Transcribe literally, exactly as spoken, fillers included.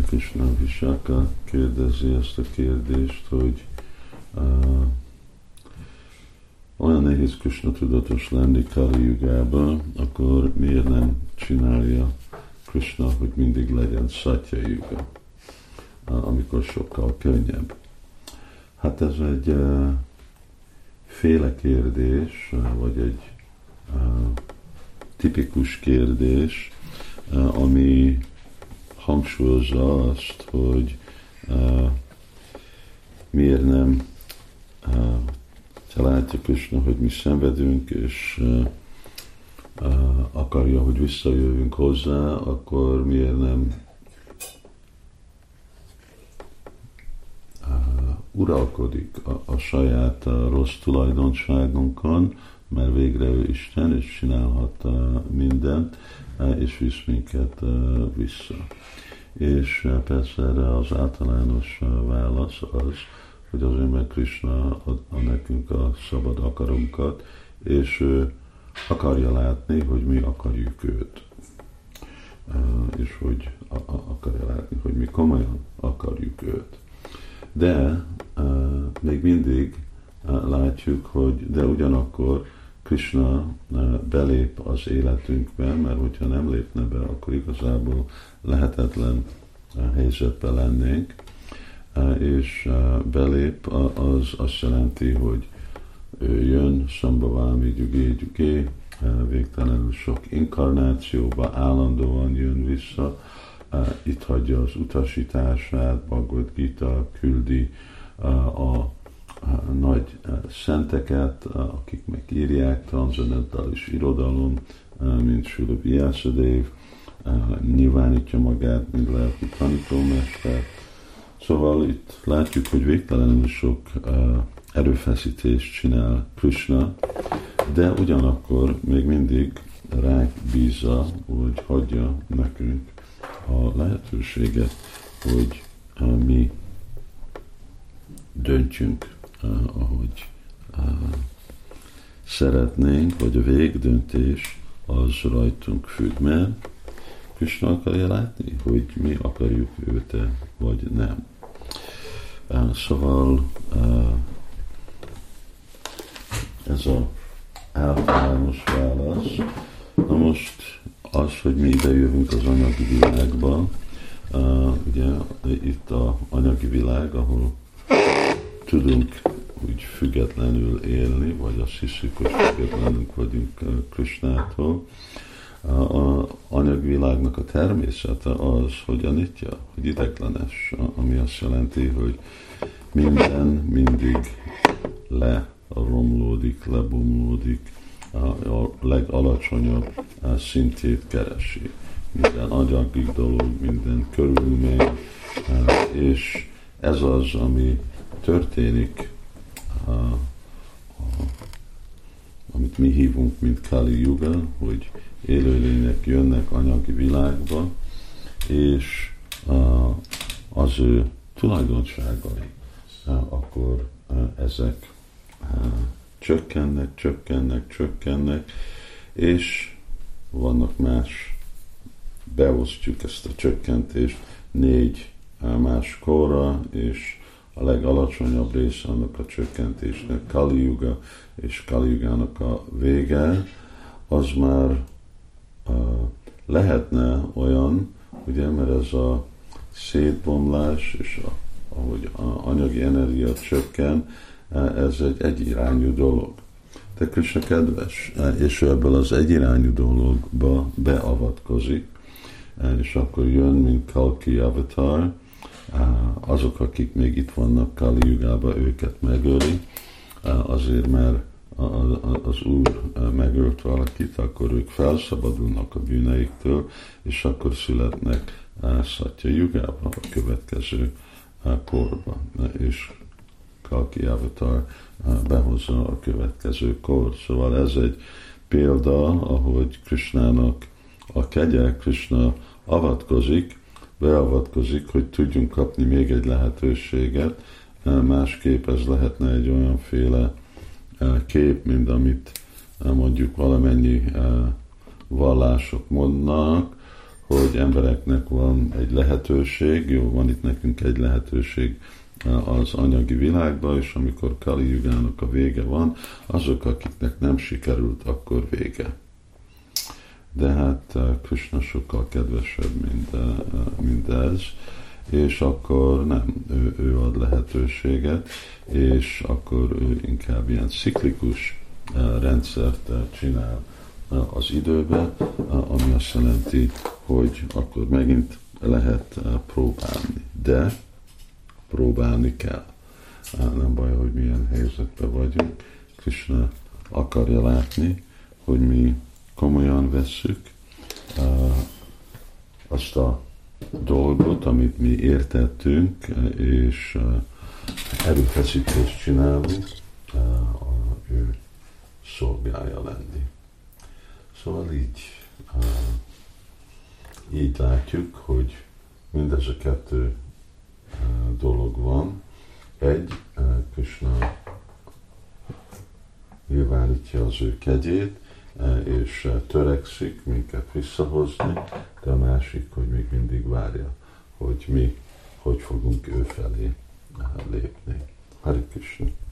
Krishna Vishaka kérdezi ezt a kérdést, hogy uh, olyan nehéz Krishna tudatos lenni Kali Jugában, akkor miért nem csinálja Krishna, hogy mindig legyen Satya Yuga, uh, amikor sokkal könnyebb. Hát ez egy uh, féle kérdés, uh, vagy egy uh, tipikus kérdés, uh, ami hangsúlyozza azt, hogy uh, miért nem uh, látja Krishna, hogy mi szenvedünk, és uh, uh, akarja, hogy visszajövünk hozzá, akkor miért nem uh, uralkodik a, a saját uh, rossz tulajdonságunkon, mert végre ő Isten, és csinálhat uh, mindent, uh, és visz minket uh, vissza. És uh, persze erre az általános uh, válasz az, hogy azért, mert Krishna ad, ad nekünk a szabad akarunkat, és ő akarja látni, hogy mi akarjuk őt. Uh, és hogy a, a, akarja látni, hogy mi komolyan akarjuk őt. De uh, még mindig uh, látjuk, hogy de ugyanakkor Krishna uh, belép az életünkbe, mert hogyha nem lépne be, akkor igazából lehetetlen uh, helyzetben lennénk, uh, és uh, belép, uh, az azt jelenti, hogy ő jön, Sambhavámi Gyugé Gyugé, uh, végtelenül sok inkarnációba, állandóan jön vissza, uh, itt hagyja az utasítását, Bhagavad Gita küldi uh, a a nagy szenteket, akik megírják, transzendentális irodalom, mint Srila Vyasadeva, nyilvánítja magát, mint lelki tanítómester. Szóval itt látjuk, hogy végtelenül sok erőfeszítést csinál Krishna, de ugyanakkor még mindig ránk bízza, hogy hagyja nekünk a lehetőséget, hogy mi döntjünk, Uh, ahogy uh, szeretnénk, vagy a végdöntés az rajtunk függ, mert Krishna akarja látni, hogy mi akarjuk őt-e, vagy nem. Uh, szóval uh, ez az általános válasz. Na most az, hogy mi ide jövünk az anyagi világba, uh, ugye itt az anyagi világ, ahol tudunk úgy függetlenül élni, vagy azt hiszük, hogy függetlenül vagyunk Krishnától. A anyagvilágnak a természete az, hogy a nitya, hogy ideglenes, ami azt jelenti, hogy minden mindig leromlódik, lebomlódik, a legalacsonyabb szintjét keresi. Minden anyagi dolog, minden körülmény, és ez az, ami történik, a, a, amit mi hívunk, mint Kali Yuga, hogy élőlények jönnek anyagi világba, és a, az ő tulajdonságai, a, akkor a, ezek a, csökkennek, csökkennek, csökkennek, és vannak más, beosztjuk ezt a csökkentést négy más korra, és a legalacsonyabb része annak a csökkentésnek Kali Yuga, és Kali Yugának a vége, az már uh, lehetne olyan, ugye, mert ez a szétbomlás, és a, ahogy a anyagi energia csökken, ez egy egyirányú dolog. De Krishna kedves, és ő ebből az egyirányú dologba beavatkozik, és akkor jön, mint Kalki Avatar, azok, akik még itt vannak Kali Jugában, őket megöli, azért, mert az Úr megölt valakit, akkor ők felszabadulnak a bűneiktől, és akkor születnek Satya Jugába, a következő korba, és Kalki Avatar behozza a következő kor. Szóval ez egy példa, ahogy Krishnának a kegye, Krishna avatkozik, beavatkozik, hogy tudjunk kapni még egy lehetőséget, másképp ez lehetne egy olyanféle kép, mint amit mondjuk valamennyi vallások mondnak, hogy embereknek van egy lehetőség, jó, van itt nekünk egy lehetőség az anyagi világban, és amikor Kali Jugának a vége van, azok, akiknek nem sikerült, akkor vége. De hát Krishna sokkal kedvesebb, mint, mint ez, és akkor nem, ő, ő ad lehetőséget, és akkor ő inkább ilyen ciklikus rendszert csinál az időben, ami azt jelenti, hogy akkor megint lehet próbálni, de próbálni kell. Nem baj, hogy milyen helyzetben vagyunk. Krishna akarja látni, hogy mi komolyan vesszük azt a dolgot, amit mi értettünk, és erőfeszítést csinálunk, ő szolgálja lenni. Szóval így, így látjuk, hogy mindez a kettő dolog van. Egy, Krishna nyilvánítja az ő kegyét, és törekszik minket visszahozni, de a másik, hogy még mindig várja, hogy mi hogy fogunk ő felé lépni. Hare Krishna.